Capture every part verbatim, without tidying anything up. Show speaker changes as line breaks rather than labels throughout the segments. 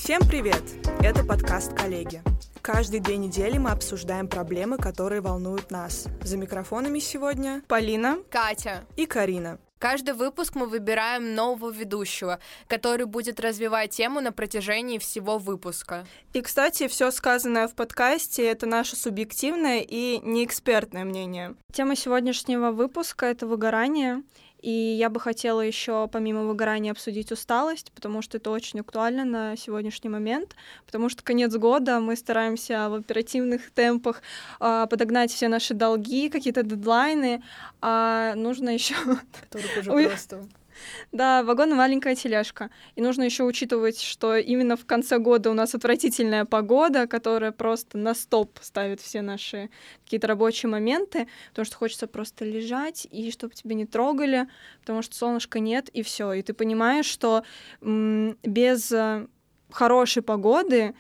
Всем привет! Это подкаст «Коллеги». Каждые две недели мы обсуждаем проблемы, которые волнуют нас. За микрофонами сегодня Полина,
Катя
и Карина.
Каждый выпуск мы выбираем нового ведущего, который будет развивать тему на протяжении всего выпуска.
И, кстати, все сказанное в подкасте — это наше субъективное и неэкспертное мнение. Тема сегодняшнего выпуска — это выгорание. И я бы хотела еще помимо выгорания обсудить усталость, потому что это очень актуально на сегодняшний момент, потому что конец года, мы стараемся в оперативных темпах э, подогнать все наши долги, какие-то дедлайны, а нужно еще...
Которых уже просто...
Да, вагон и маленькая тележка. И нужно еще учитывать, что именно в конце года у нас отвратительная погода, которая просто на стоп ставит все наши какие-то рабочие моменты, потому что хочется просто лежать, и чтобы тебя не трогали, потому что солнышка нет, и все. И ты понимаешь, что м- без хорошей погоды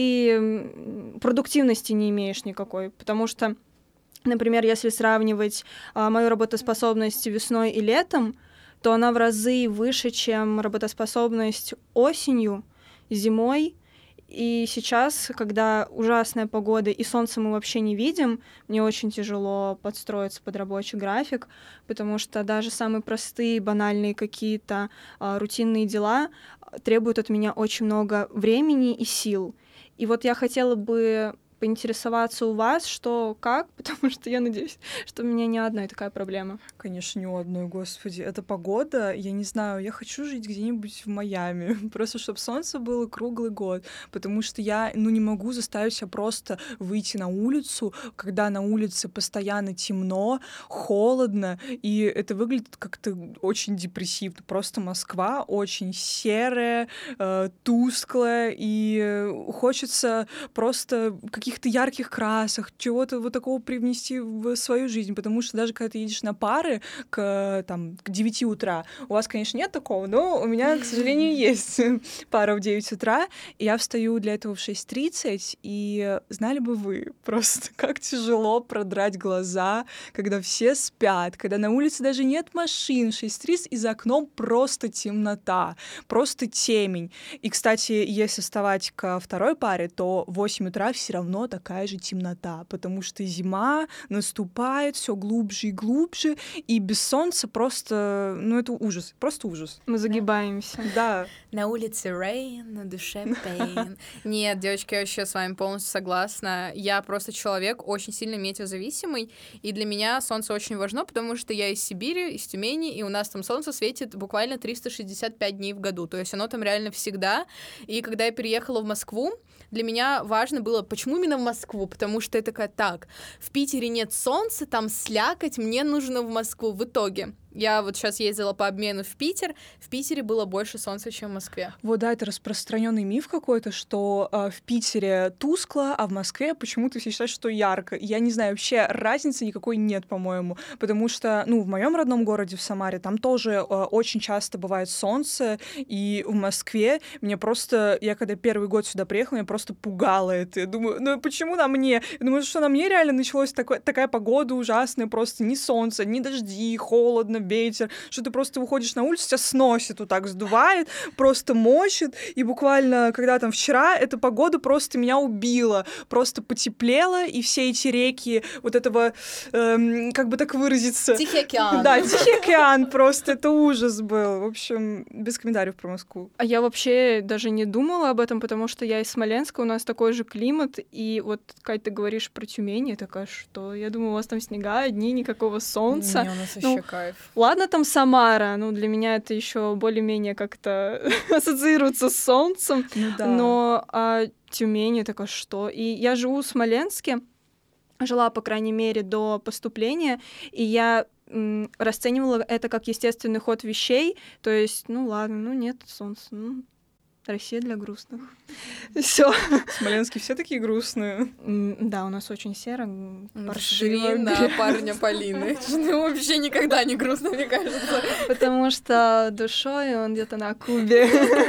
ты продуктивности не имеешь никакой, потому что, например, если сравнивать а, мою работоспособность весной и летом, то она в разы выше, чем работоспособность осенью, зимой. И сейчас, когда ужасная погода и солнца мы вообще не видим, мне очень тяжело подстроиться под рабочий график, потому что даже самые простые, банальные какие-то а, рутинные дела требуют от меня очень много времени и сил. И вот я хотела бы поинтересоваться у вас, что как, потому что я надеюсь, что у меня не одной такая проблема.
Конечно, не у одной, господи. Это погода, я не знаю, я хочу жить где-нибудь в Майами, просто чтобы солнце было круглый год, потому что я, ну, не могу заставить себя просто выйти на улицу, когда на улице постоянно темно, холодно, и это выглядит как-то очень депрессивно. Просто Москва очень серая, э, тусклая, и хочется просто каких каких-то ярких красок, чего-то вот такого привнести в свою жизнь, потому что даже когда ты едешь на пары к, там, к девяти утра, у вас, конечно, нет такого, но у меня, к сожалению, есть пара в девять утра, и я встаю для этого в шесть тридцать, и знали бы вы просто, как тяжело продрать глаза, когда все спят, когда на улице даже нет машин, шесть тридцать, и за окном просто темнота, просто темень. И, кстати, если вставать ко второй паре, то в восемь утра все равно такая же темнота, потому что зима наступает все глубже и глубже, и без солнца просто, ну, это ужас, просто ужас.
Мы загибаемся.
Да.
На улице rain, на душе pain. Нет, девочки, я вообще с вами полностью согласна. Я просто человек очень сильно метеозависимый, и для меня солнце очень важно, потому что я из Сибири, из Тюмени, и у нас там солнце светит буквально триста шестьдесят пять дней в году, то есть оно там реально всегда. И когда я переехала в Москву, для меня важно было, почему именно в Москву, потому что я такая, так, в Питере нет солнца, там слякоть, мне нужно в Москву. В итоге я вот сейчас ездила по обмену в Питер, в Питере было больше солнца, чем в Москве.
Вот, да, это распространенный миф какой-то, что э, в Питере тускло, а в Москве почему-то все считают, что ярко. Я не знаю, вообще разницы никакой нет, по-моему, потому что, ну, в моем родном городе, в Самаре, там тоже э, очень часто бывает солнце, и в Москве мне просто, я когда первый год сюда приехала, меня просто пугало это. Я думаю, ну почему на мне? Я думаю, что на мне реально началась такой, такая погода ужасная, просто ни солнца, ни дожди, холодно, ветер, что ты просто выходишь на улицу, тебя сносит, вот так сдувает, просто мочит, и буквально, когда там вчера, эта погода просто меня убила, просто потеплело, и все эти реки вот этого, эм, как бы так выразиться...
Тихий океан.
Да, Тихий океан, просто это ужас был. В общем, без комментариев про Москву.
А я вообще даже не думала об этом, потому что я из Смоленска, у нас такой же климат, и вот, Кать, ты говоришь про Тюмень, я такая, что? Я думаю, у вас там снега одни, никакого солнца.
Не, у нас
ну,
вообще кайф.
Ладно, там Самара, ну, для меня это еще более-менее как-то ассоциируется с солнцем,
ну, да.
но а, Тюмень, это что? И я живу в Смоленске, жила, по крайней мере, до поступления, и я м, расценивала это как естественный ход вещей, то есть, ну, ладно, ну, нет солнца, ну, Россия для грустных. Все.
Смоленские все такие грустные.
Да, у нас очень серо,
паршиво. На парня Полины. Ну, вообще никогда не грустно, мне кажется.
Потому что душой он где-то на Кубе.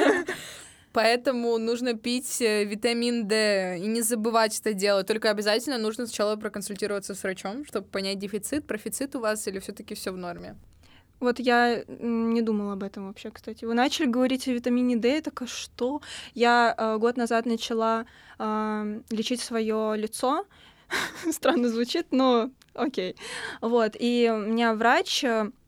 Поэтому нужно пить витамин D и не забывать это делать. Только обязательно нужно сначала проконсультироваться с врачом, чтобы понять, дефицит, профицит у вас или все-таки все в норме.
Вот я не думала об этом вообще, кстати. Вы начали говорить о витамине D, я такая, что? Я э, год назад начала э, лечить свое лицо. Странно звучит, но окей. Вот, и у меня врач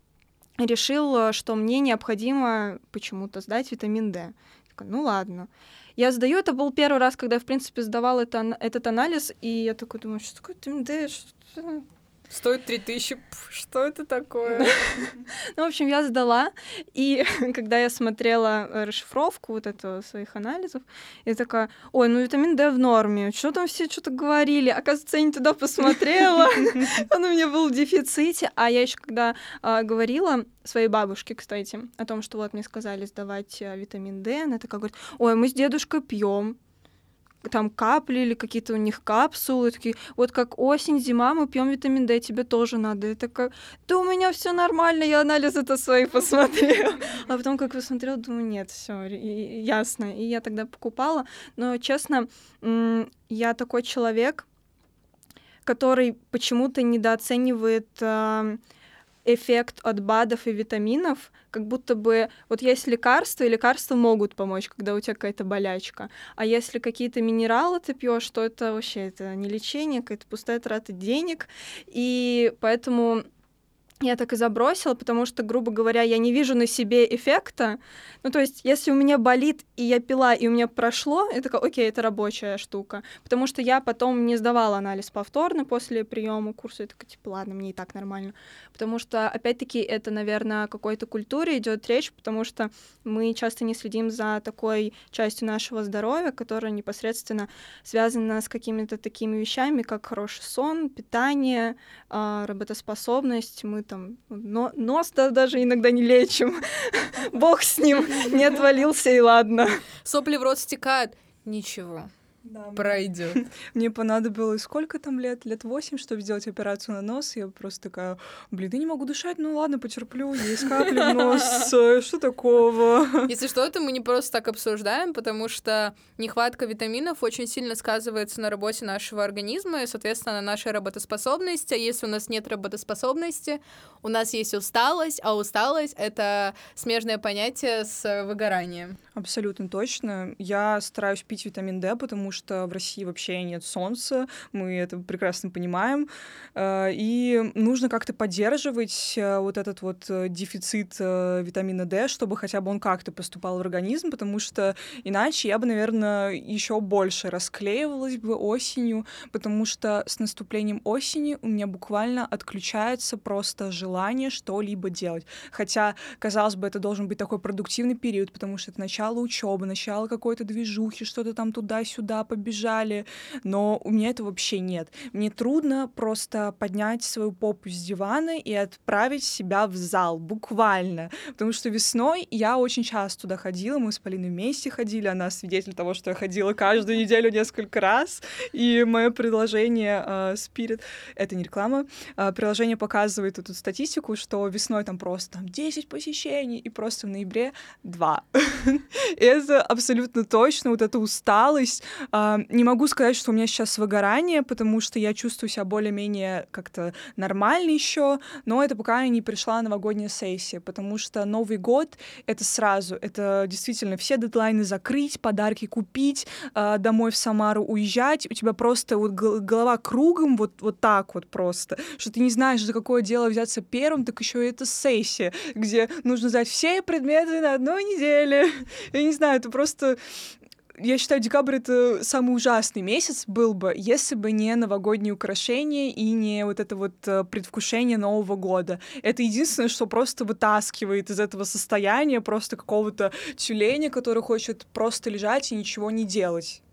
решил, что мне необходимо почему-то сдать витамин D. Я такая, ну ладно. Я сдаю, это был первый раз, когда я, в принципе, сдавала это, этот анализ, и я такой думаю, что такое витамин D? Что...
Стоит три тысячи. Что это такое?
Ну, в общем, я сдала, и когда я смотрела расшифровку вот этого своих анализов, я такая, ой, ну витамин D в норме, что там все что-то говорили? Оказывается, я не туда посмотрела, он у меня был в дефиците, а я еще когда а, говорила своей бабушке, кстати, о том, что вот мне сказали сдавать а, витамин D, она такая говорит, ой, мы с дедушкой пьем. Там капли или какие-то у них капсулы, такие, вот как осень, зима, мы пьем витамин D, тебе тоже надо. Я такая, да у меня все нормально, я анализы-то свои посмотрела. А потом, как посмотрела, думаю, нет, все ясно. И я тогда покупала. Но, честно, я такой человек, который почему-то недооценивает эффект от БАДов и витаминов, как будто бы вот есть лекарства, и лекарства могут помочь, когда у тебя какая-то болячка. А если какие-то минералы ты пьешь, то это вообще это не лечение, какая-то пустая трата денег. И поэтому я так и забросила, потому что, грубо говоря, я не вижу на себе эффекта. Ну, то есть, если у меня болит, и я пила, и у меня прошло, я такая, окей, это рабочая штука. Потому что я потом не сдавала анализ повторно после приема курса. Я такая, типа, ладно, мне и так нормально. Потому что, опять-таки, это, наверное, о какой-то культуре идет речь, потому что мы часто не следим за такой частью нашего здоровья, которая непосредственно связана с какими-то такими вещами, как хороший сон, питание, работоспособность. Мы там но, нос-то даже иногда не лечим. Бог с ним, не отвалился, и ладно.
Сопли в рот стекают. Ничего. Да, пройдет.
Мне понадобилось сколько там лет? Лет восемь, чтобы сделать операцию на нос. Я просто такая, блин, я не могу дышать, ну ладно, потерплю, есть капли в нос, что такого?
Если что, это мы не просто так обсуждаем, потому что нехватка витаминов очень сильно сказывается на работе нашего организма и, соответственно, на нашей работоспособности. А если у нас нет работоспособности, у нас есть усталость, а усталость — это смежное понятие с выгоранием.
Абсолютно точно. Я стараюсь пить витамин D, потому что в России вообще нет солнца, мы это прекрасно понимаем, и нужно как-то поддерживать вот этот вот дефицит витамина D, чтобы хотя бы он как-то поступал в организм, потому что иначе я бы, наверное, еще больше расклеивалась бы осенью, потому что с наступлением осени у меня буквально отключается просто желание что-либо делать. Хотя, казалось бы, это должен быть такой продуктивный период, потому что это начало учебы, начало какой-то движухи, что-то там туда-сюда побежали, но у меня этого вообще нет. Мне трудно просто поднять свою попу с дивана и отправить себя в зал, буквально, потому что весной я очень часто туда ходила, мы с Полиной вместе ходили, она свидетель того, что я ходила каждую неделю несколько раз, и мое приложение uh, Spirit, это не реклама, uh, приложение показывает эту статистику, что весной там просто там, десять посещений, и просто в ноябре два. И это абсолютно точно, вот эта усталость. Не могу сказать, что у меня сейчас выгорание, потому что я чувствую себя более-менее как-то нормально еще, но это пока не пришла новогодняя сессия, потому что Новый год — это сразу, это действительно все дедлайны закрыть, подарки купить, домой в Самару уезжать, у тебя просто вот голова кругом вот, вот так вот просто, что ты не знаешь, за какое дело взяться первым, так еще и это сессия, где нужно сдать все предметы на одной неделе. Я не знаю, это просто... Я считаю, декабрь — это самый ужасный месяц был бы, если бы не новогодние украшения и не вот это вот предвкушение Нового года. Это единственное, что просто вытаскивает из этого состояния просто какого-то тюленя, который хочет просто лежать и ничего не делать.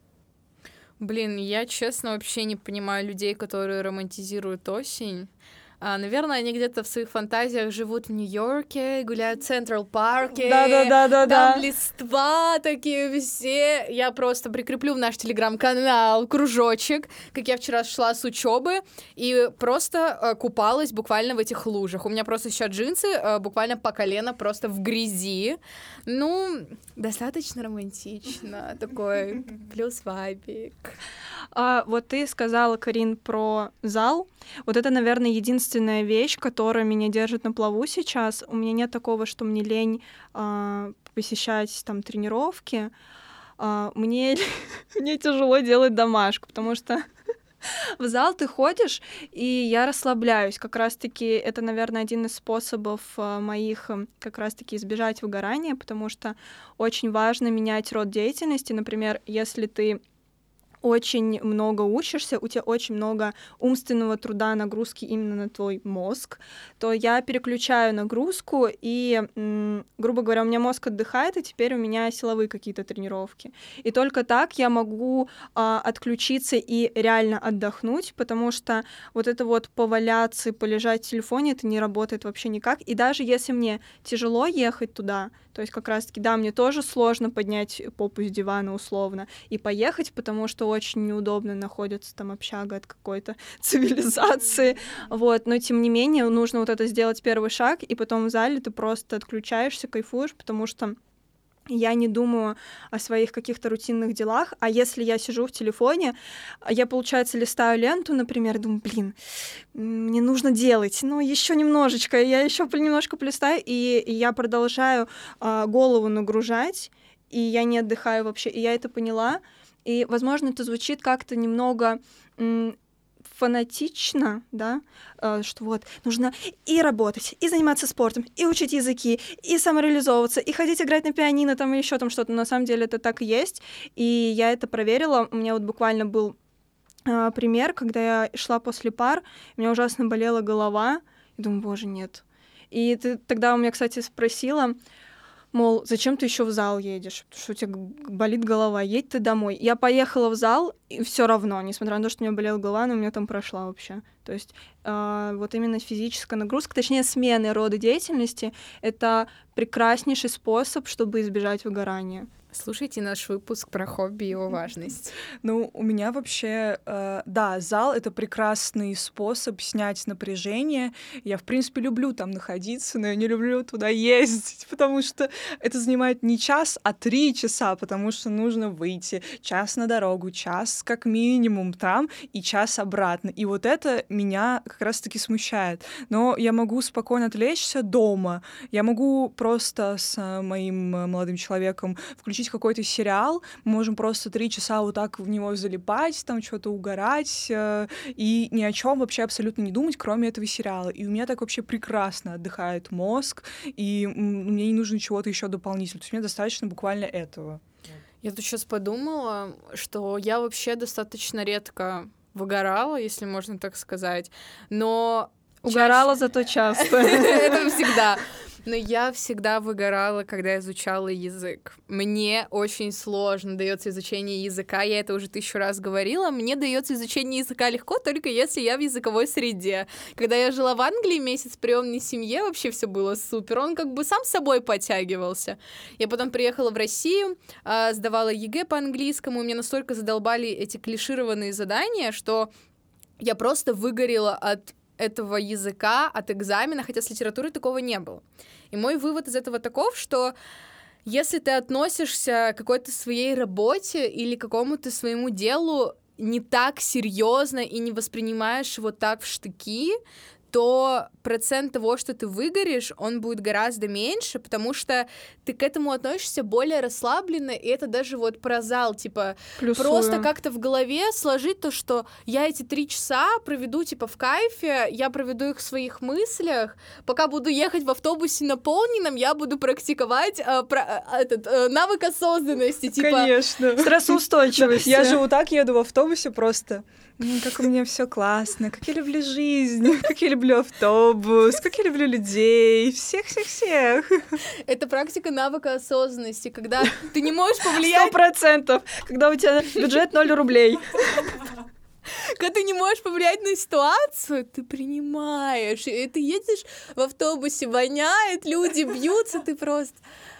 Блин, я, честно, вообще не понимаю людей, которые романтизируют осень. А, наверное, они где-то в своих фантазиях живут в Нью-Йорке, гуляют в Централ-парке,
да-да-да-да-да.
Там листва такие все. Я просто прикреплю в наш телеграм-канал кружочек, как я вчера шла с учебы и просто э, купалась буквально в этих лужах. У меня просто сейчас джинсы э, буквально по колено просто в грязи. Ну, достаточно романтично. Такой плюс вайбик.
А, вот ты сказала, Карин, про зал. Вот это, наверное, единственное единственная вещь, которая меня держит на плаву сейчас. У меня нет такого, что мне лень а, посещать там тренировки. А, мне, мне тяжело делать домашку, потому что в зал ты ходишь, и я расслабляюсь. Как раз-таки это, наверное, один из способов а, моих м, как раз-таки избежать выгорания, потому что очень важно менять род деятельности. Например, если ты очень много учишься, у тебя очень много умственного труда, нагрузки именно на твой мозг, то я переключаю нагрузку, и, м, грубо говоря, у меня мозг отдыхает, и теперь у меня силовые какие-то тренировки. И только так я могу а, отключиться и реально отдохнуть, потому что вот это вот поваляться и полежать в телефоне, это не работает вообще никак. И даже если мне тяжело ехать туда, то есть как раз-таки, да, мне тоже сложно поднять попу с дивана условно и поехать, потому что очень неудобно находится там общага от какой-то цивилизации, вот, но тем не менее нужно вот это сделать первый шаг, и потом в зале ты просто отключаешься, кайфуешь, потому что я не думаю о своих каких-то рутинных делах, а если я сижу в телефоне, я, получается, листаю ленту, например, думаю, блин, мне нужно делать, ну, еще немножечко, я еще немножко полистаю, и я продолжаю а, голову нагружать, и я не отдыхаю вообще, и я это поняла, и, возможно, это звучит как-то немного м- фанатично, да, что вот нужно и работать, и заниматься спортом, и учить языки, и самореализовываться, и ходить играть на пианино, там, и еще там что-то. Но на самом деле это так и есть, и я это проверила. У меня вот буквально был а, пример, когда я шла после пар, у меня ужасно болела голова, и думаю, боже, нет. И ты тогда у меня, кстати, спросила, мол, зачем ты еще в зал едешь? Потому что у тебя болит голова, едь ты домой. Я поехала в зал, и все равно, несмотря на то, что у меня болела голова, но у меня там прошла вообще. То есть э, вот именно физическая нагрузка, точнее, смены рода деятельности — это прекраснейший способ, чтобы избежать выгорания.
Слушайте наш выпуск про хобби и его важность.
Ну, у меня вообще, э, да, зал — это прекрасный способ снять напряжение. Я, в принципе, люблю там находиться, но я не люблю туда ездить, потому что это занимает не час, а три часа, потому что нужно выйти час на дорогу, час как минимум там и час обратно. И вот это меня как раз-таки смущает. Но я могу спокойно отвлечься дома. Я могу просто с моим молодым человеком включить какой-то сериал, мы можем просто три часа вот так в него залипать, там что-то угорать э, и ни о чем вообще абсолютно не думать, кроме этого сериала. И у меня так вообще прекрасно отдыхает мозг, и м, мне не нужно чего-то еще дополнительного. То есть мне достаточно буквально этого.
Я тут сейчас подумала, что я вообще достаточно редко выгорала, если можно так сказать, но...
Угорала чаще... зато часто.
Это всегда. Но я всегда выгорала, когда изучала язык. Мне очень сложно дается изучение языка, я это уже тысячу раз говорила. Мне дается изучение языка легко, только если я в языковой среде. Когда я жила в Англии месяц в приемной семье, вообще все было супер. Он как бы сам с собой подтягивался. Я потом приехала в Россию, сдавала ЕГЭ по английскому, и меня настолько задолбали эти клишированные задания, что я просто выгорела от этого языка, от экзамена, хотя с литературой такого не было. И мой вывод из этого таков, что если ты относишься к какой-то своей работе или к какому-то своему делу не так серьезно и не воспринимаешь его так в штыки, то процент того, что ты выгоришь, он будет гораздо меньше, потому что ты к этому относишься более расслабленно, и это даже вот про зал, типа,
Плюсую.
Просто как-то в голове сложить то, что я эти три часа проведу, типа, в кайфе, я проведу их в своих мыслях, пока буду ехать в автобусе наполненном, я буду практиковать э, про, э, этот, э, навык осознанности, типа...
Конечно.
Стрессоустойчивости.
Я же вот так еду в автобусе просто... Как у меня все классно, как я люблю жизнь, как я люблю автобус, как я люблю людей, всех-всех-всех.
Это практика навыка осознанности, когда ты не можешь повлиять...
Сто процентов, когда у тебя бюджет ноль рублей.
Когда ты не можешь повлиять на ситуацию, ты принимаешь, и ты едешь в автобусе, воняет, люди бьются, ты просто...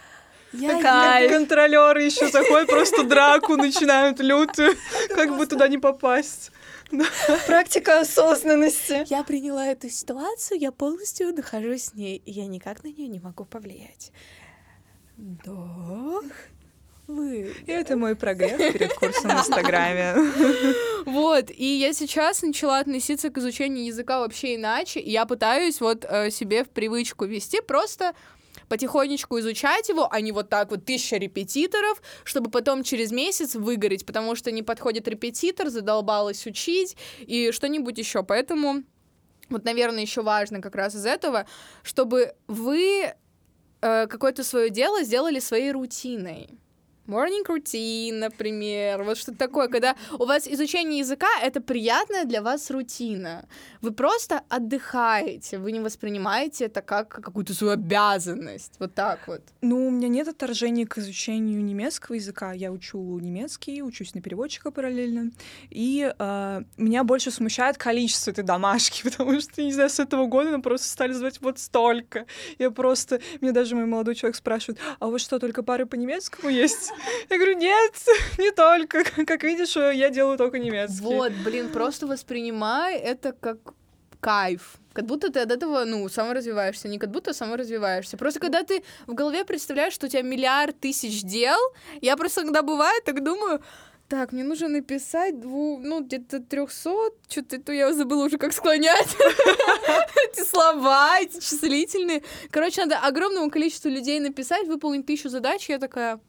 Я контролеры еще заходят, просто драку начинают лютую, как бы туда не попасть.
Практика осознанности.
Я приняла эту ситуацию, я полностью нахожусь с ней, и я никак на нее не могу повлиять. Вдох, вы.
И это мой прогресс перед курсом в Инстаграме.
Вот, и я сейчас начала относиться к изучению языка вообще иначе, и я пытаюсь вот э, себе в привычку вести просто потихонечку изучать его, а не вот так вот тысяча репетиторов, чтобы потом через месяц выгореть, потому что не подходит репетитор, задолбалась учить и что-нибудь еще. Поэтому вот, наверное, еще важно как раз из этого, чтобы вы э, какое-то свое дело сделали своей рутиной. Morning routine, например, вот что-то такое, когда у вас изучение языка — это приятная для вас рутина. Вы просто отдыхаете, вы не воспринимаете это как какую-то свою обязанность, вот так вот.
Ну, у меня нет отторжения к изучению немецкого языка. Я учу немецкий, учусь на переводчика параллельно, и э, меня больше смущает количество этой домашки, потому что, не знаю, с этого года нам просто стали звать вот столько. Я просто... Мне даже мой молодой человек спрашивает: а у вас что, только пары по немецкому есть? Я говорю: нет, не только. Как видишь, я делаю только немецкий.
Вот, блин, просто воспринимай это как кайф. Как будто ты от этого, ну, саморазвиваешься. Не как будто саморазвиваешься. Просто когда ты в голове представляешь, что у тебя миллиард тысяч дел, я просто, когда бывает, так думаю: так, мне нужно написать двух, ну, где-то трехсот, что-то я забыла уже, как склонять эти слова, эти числительные. Короче, надо огромному количеству людей написать, выполнить тысячу задач, и я такая: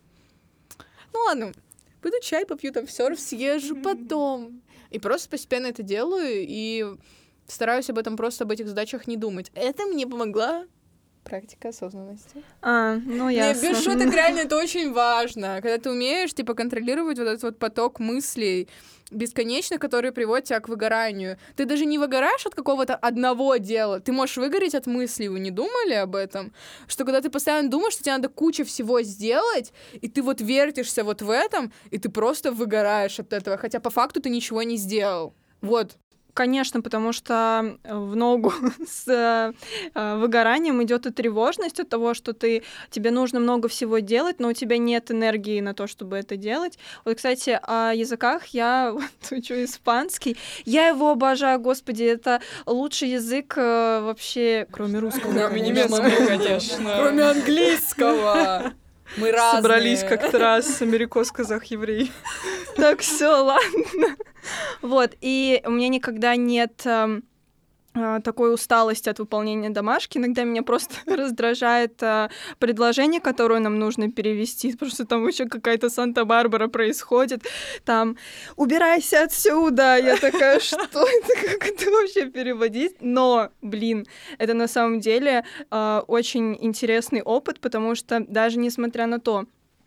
ну ладно, пойду чай попью, там в серф съезжу потом. И просто постепенно это делаю, и стараюсь об этом просто, об этих задачах не думать. Это мне помогла практика осознанности.
А, ну ясно.
Не, без шуток, реально, это очень важно. Когда ты умеешь, типа, контролировать вот этот вот поток мыслей бесконечно, которые приводят тебя к выгоранию. Ты даже не выгораешь от какого-то одного дела. Ты можешь выгореть от мыслей. Вы не думали об этом? Что когда ты постоянно думаешь, что тебе надо куча всего сделать, и ты вот вертишься вот в этом, и ты просто выгораешь от этого, хотя по факту ты ничего не сделал. Вот.
Конечно, потому что в ногу с э, выгоранием идет и тревожность от того, что ты, тебе нужно много всего делать, но у тебя нет энергии на то, чтобы это делать. Вот, кстати, о языках я вот, учу испанский. Я его обожаю, господи, это лучший язык э, вообще, кроме русского.
Кроме немецкого, конечно.
Кроме английского. Мы разные.
Собрались как-то раз америкос, казах, еврей.
Так, все, ладно. Вот, и у меня никогда нет э, э, такой усталости от выполнения домашки. Иногда меня просто раздражает э, предложение, которое нам нужно перевести, потому что там еще какая-то Санта-Барбара происходит. Там «убирайся отсюда!» Я такая: что это? Как это вообще переводить? Но, блин, это на самом деле э, очень интересный опыт, потому что даже несмотря на то,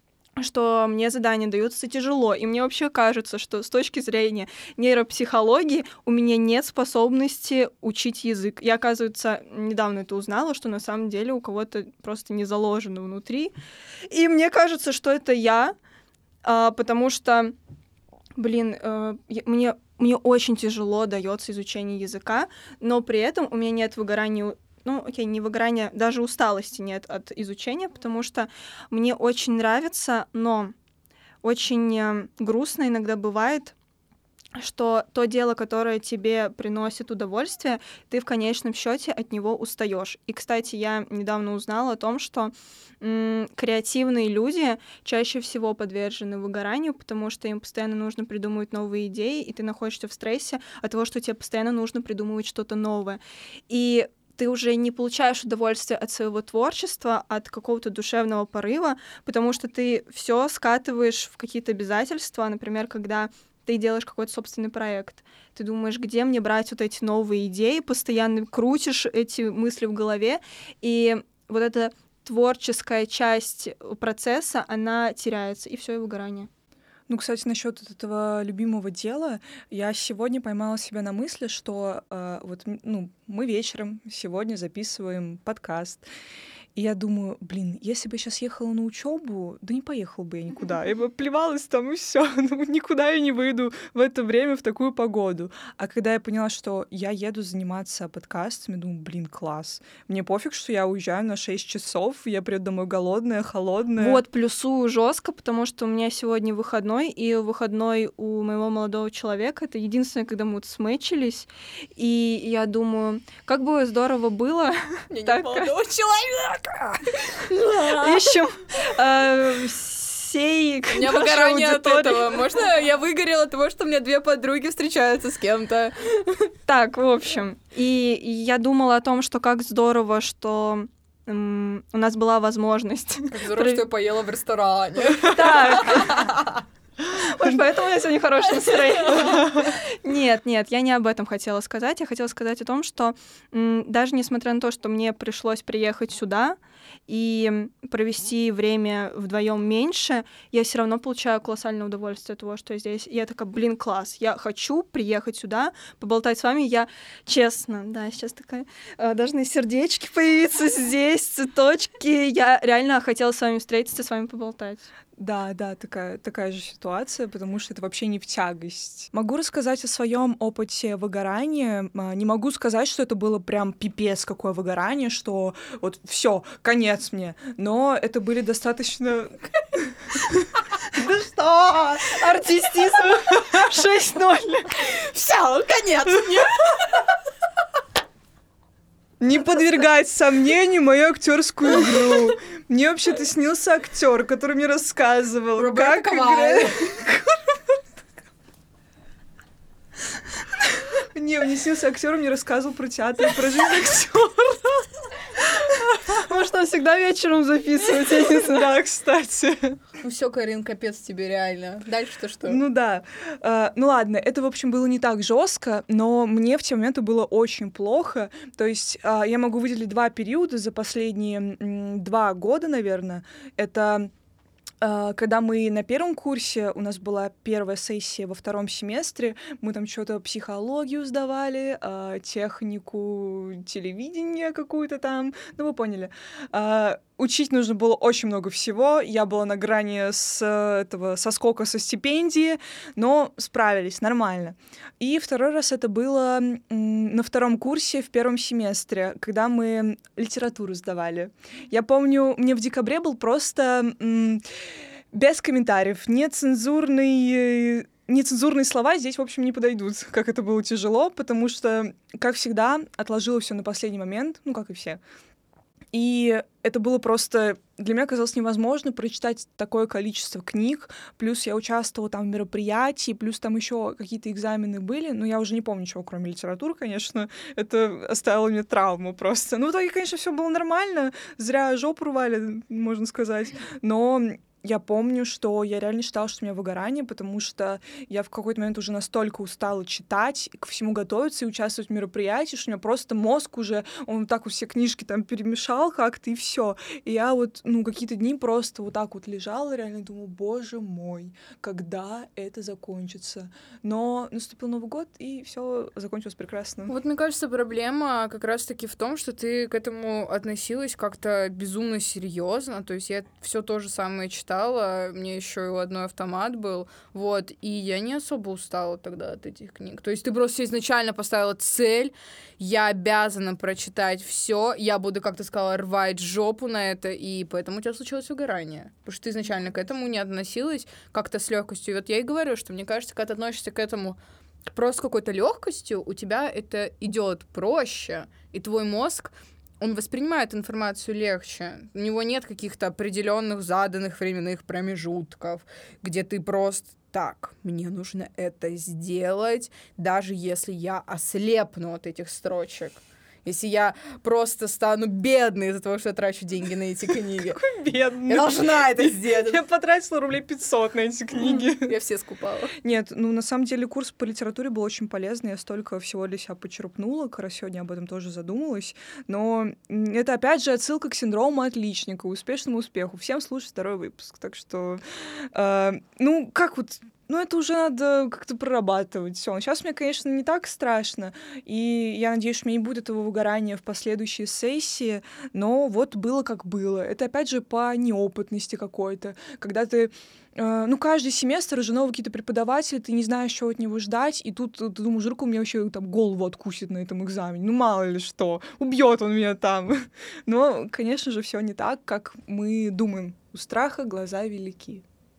что мне задания даются тяжело, и мне вообще кажется, что с точки зрения нейропсихологии у меня нет способности учить язык. Я, оказывается, недавно это узнала, что на самом деле у кого-то просто не заложено внутри. И мне кажется, что это я, потому что, блин, мне, мне очень тяжело дается изучение языка, но при этом у меня нет выгорания. Ну, окей, не выгорания, даже усталости нет от изучения, потому что мне очень нравится, но очень грустно иногда бывает, что то дело, которое тебе приносит удовольствие, ты в конечном счете от него устаешь. И, кстати, я недавно узнала о том, что м- креативные люди чаще всего подвержены выгоранию, потому что им постоянно нужно придумывать новые идеи, и ты находишься в стрессе от того, что тебе постоянно нужно придумывать что-то новое. И ты уже не получаешь удовольствие от своего творчества, от какого-то душевного порыва, потому что ты все скатываешь в какие-то обязательства, например, когда ты делаешь какой-то собственный проект. Ты думаешь, где мне брать вот эти новые идеи, постоянно крутишь эти мысли в голове, и вот эта творческая часть процесса, она теряется, и все, и выгорание.
Ну, кстати, насчет этого любимого дела, я сегодня поймала себя на мысли, что э, вот, ну, мы вечером сегодня записываем подкаст, и я думаю: блин, если бы я сейчас ехала на учебу, да не поехала бы я никуда. Я бы плевалась там, и все. Ну, никуда я не выйду в это время, в такую погоду. А когда я поняла, что я еду заниматься подкастами, думаю: блин, класс. Мне пофиг, что я уезжаю на шесть часов, я приеду домой голодная, холодная.
Вот, плюсую жестко, потому что у меня сегодня выходной, и выходной у моего молодого человека. Это единственное, когда мы вот сметчились. И я думаю, как бы здорово было.
Я не молодого человека!
Ищем всей
У меня
нашей
выгорание от
аудитории.
этого. Можно я выгорела от того, что у меня две подруги встречаются с кем-то?
Так, в общем. И и я думала о том, что как здорово, что м, у нас была возможность.
Как здорово, что я поела в ресторане.
Так. Может, поэтому у меня сегодня хорошее настроение. Нет, нет, я не об этом хотела сказать. Я хотела сказать о том, что м, даже несмотря на то, что мне пришлось приехать сюда и провести время вдвоем меньше, я все равно получаю колоссальное удовольствие от того, что я здесь. И я такая, блин, класс, я хочу приехать сюда, поболтать с вами. Я честно, да, сейчас такая, э, должны сердечки появиться здесь, цветочки. Я реально хотела с вами встретиться, с вами поболтать.
Да, да, такая, такая же ситуация, потому что это вообще не в тягость. Могу рассказать о своем опыте выгорания. А, Не могу сказать, что это было прям пипец какое выгорание, что вот все, конец мне. Но это были достаточно...
Да что? Артистизм шесть ноль.
Все, конец.
Не подвергать сомнению мою актерскую игру. Мне вообще-то снился актер, который мне рассказывал,
Роберто
как
Кавалли.
играть. Не, мне снился актер, мне рассказывал про театр, про жизнь актера.
Может, он всегда вечером записывает, я не знаю.
Да, кстати.
Ну все, Карин, капец тебе реально. Дальше-то что?
Ну да. А, ну ладно, это, в общем, было не так жестко, но мне в те моменты было очень плохо. То есть а, я могу выделить два периода за последние м, два года, наверное. Это а, когда мы на первом курсе, у нас была первая сессия во втором семестре, мы там что-то психологию сдавали, а, технику телевидения какую-то там, ну вы поняли. А, Учить нужно было очень много всего, я была на грани с э, этого соскока со стипендии, но справились нормально. И второй раз это было м, на втором курсе в первом семестре, когда мы литературу сдавали. Я помню, мне в декабре был просто м, без комментариев, нецензурный... э, Нецензурные слова здесь, в общем, не подойдут, как это было тяжело, потому что, как всегда, отложила все на последний момент, ну, как и все. И это было просто... Для меня казалось невозможно прочитать такое количество книг, плюс я участвовала там в мероприятии, плюс там еще какие-то экзамены были, но я уже не помню ничего, кроме литературы, конечно. Это оставило мне травму просто. Ну, в итоге, конечно, все было нормально, зря жопу рвали, можно сказать, но... Я помню, что я реально считала, что у меня выгорание, потому что я в какой-то момент уже настолько устала читать, ко всему готовиться и участвовать в мероприятии, что у меня просто мозг уже, он вот так вот все книжки там перемешал как-то, и все. И я вот, ну, какие-то дни просто вот так вот лежала, реально думаю, боже мой, когда это закончится? Но наступил Новый год, и все закончилось прекрасно.
Вот, мне кажется, проблема как раз-таки в том, что ты к этому относилась как-то безумно серьезно. То есть я все то же самое читала, мне еще и у одной автомат был, вот, и я не особо устала тогда от этих книг. То есть ты просто изначально поставила цель, я обязана прочитать все, я буду, как ты сказала, рвать жопу на это, и поэтому у тебя случилось выгорание. Потому что ты изначально к этому не относилась как-то с легкостью. И вот я и говорю, что мне кажется, когда ты относишься к этому просто с какой-то легкостью, у тебя это идет проще, и твой мозг он воспринимает информацию легче. У него нет каких-то определенных заданных временных промежутков, где ты просто так, мне нужно это сделать, даже если я ослепну от этих строчек. Если я просто стану бедной из-за того, что я трачу деньги на эти книги.
Какой бедный.
Я должна это сделать.
Я потратила рублей пятьсот на эти книги.
Я все скупала.
Нет, ну на самом деле курс по литературе был очень полезный, я столько всего для себя почерпнула, как раз сегодня об этом тоже задумалась, но это опять же отсылка к синдрому отличника, успешному успеху. Всем слушать второй выпуск, так что, э, ну как вот, ну это уже надо как-то прорабатывать. Все, сейчас мне, конечно, не так страшно, и я надеюсь, что у меня не будет этого выгорания в последующие сессии, но вот было как было. Это опять же по неопытности какой-то, когда ты ну, каждый семестр уже новые какие-то преподаватели, ты не знаешь, что от него ждать, и тут ты думаешь, вдруг у меня вообще там голову откусит на этом экзамене, ну, мало ли что, убьет он меня там. Но, конечно же, все не так, как мы думаем. У страха глаза велики.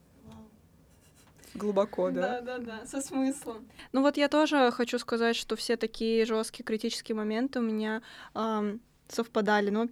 Глубоко, да?
Да, да, да, со смыслом. Ну вот я тоже хочу сказать, что все такие жесткие критические моменты у меня... Эм, совпадали, но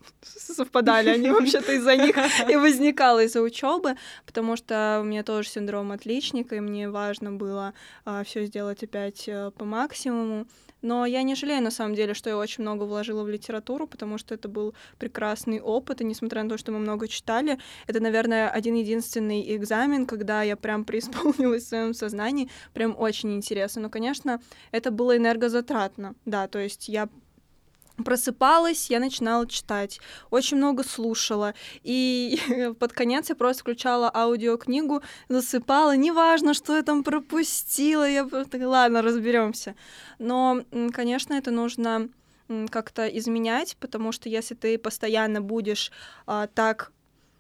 совпадали они вообще-то из-за них и возникало из-за учебы, потому что у меня тоже синдром отличника, и мне важно было а, все сделать опять а, по максимуму. Но я не жалею, на самом деле, что я очень много вложила в литературу, потому что это был прекрасный опыт, и несмотря на то, что мы много читали, это, наверное, один-единственный экзамен, когда я прям преисполнилась в своем сознании, прям очень интересно. Но, конечно, это было энергозатратно, да, то есть я просыпалась, я начинала читать, очень много слушала, и под конец я просто включала аудиокнигу, засыпала, неважно, что я там пропустила, я просто, ладно, разберемся. Но, конечно, это нужно как-то изменять, потому что если ты постоянно будешь а, так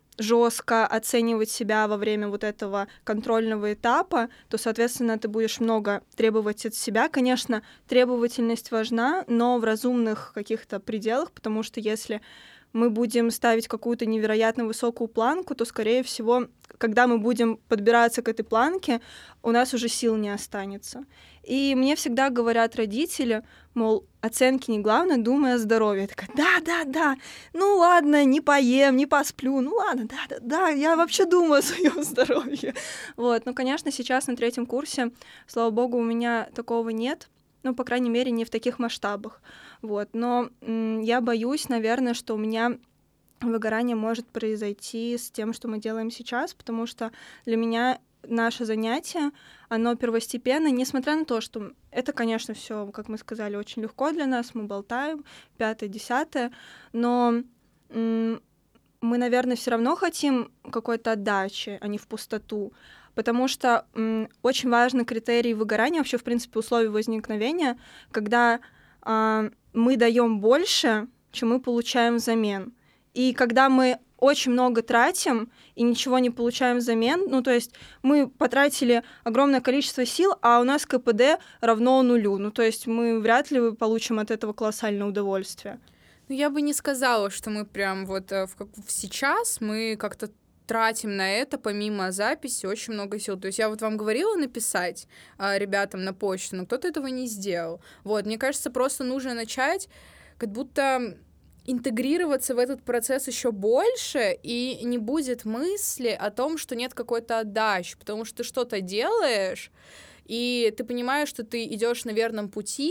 жестко оценивать себя во время вот этого контрольного этапа, то, соответственно, ты будешь много требовать от себя. Конечно, требовательность важна, но в разумных каких-то пределах, потому что если мы будем ставить какую-то невероятно высокую планку, то, скорее всего, когда мы будем подбираться к этой планке, у нас уже сил не останется. И мне всегда говорят родители, мол, оценки не главное, думай о здоровье. Я такая, да-да-да, ну ладно, не поем, не посплю, ну ладно, да-да-да, я вообще думаю о своем здоровье. Вот, ну, конечно, сейчас на третьем курсе, слава богу, у меня такого нет, ну, по крайней мере, не в таких масштабах. Вот, но м- я боюсь, наверное, что у меня выгорание может произойти с тем, что мы делаем сейчас, потому что для меня наше занятие, оно первостепенно, несмотря на то, что это, конечно, все, как мы сказали, очень легко для нас, мы болтаем, пятое, десятое, но м- мы, наверное, все равно хотим какой-то отдачи, а не в пустоту, потому что м- очень важный критерий выгорания, вообще, в принципе, условий возникновения, когда э, мы даем больше, чем мы получаем взамен. И когда мы очень много тратим и ничего не получаем взамен, ну, то есть мы потратили огромное количество сил, а у нас КПД равно нулю, ну, то есть мы вряд ли получим от этого колоссальное удовольствие.
Ну, я бы не сказала, что мы прям вот в, как, сейчас мы как-то тратим на это, помимо записи, очень много сил. То есть я вот вам говорила написать а, ребятам на почту, но кто-то этого не сделал. Вот, мне кажется, просто нужно начать как будто интегрироваться в этот процесс еще больше, и не будет мысли о том, что нет какой-то отдачи, потому что ты что-то делаешь, и ты понимаешь, что ты идешь на верном пути,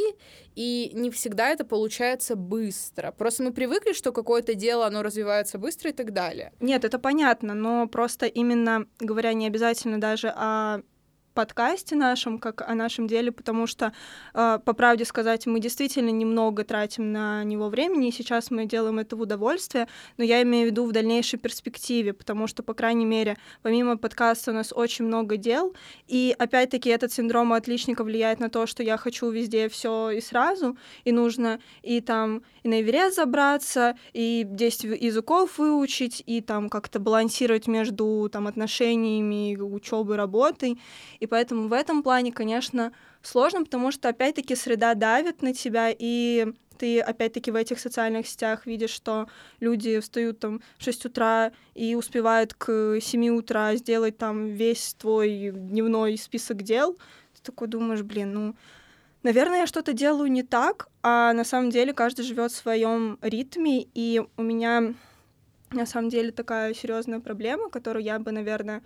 и не всегда это получается быстро. Просто мы привыкли, что какое-то дело, оно развивается быстро и так далее.
Нет, это понятно, но просто именно говоря не обязательно даже о подкасте нашем, как о нашем деле, потому что, э, по правде сказать, мы действительно немного тратим на него времени, и сейчас мы делаем это в удовольствие, но я имею в виду в дальнейшей перспективе, потому что, по крайней мере, помимо подкаста у нас очень много дел, и опять-таки этот синдром отличника влияет на то, что я хочу везде все и сразу, и нужно и там и на Эверест забраться, и десять языков выучить, и там как-то балансировать между там отношениями, учебой, работой. И поэтому в этом плане, конечно, сложно, потому что, опять-таки, среда давит на тебя, и ты, опять-таки, в этих социальных сетях видишь, что люди встают там в шесть утра и успевают к семи утра сделать там весь твой дневной список дел. Ты такой думаешь, блин, ну, наверное, я что-то делаю не так, а на самом деле каждый живет в своем ритме, и у меня на самом деле такая серьезная проблема, которую я бы, наверное,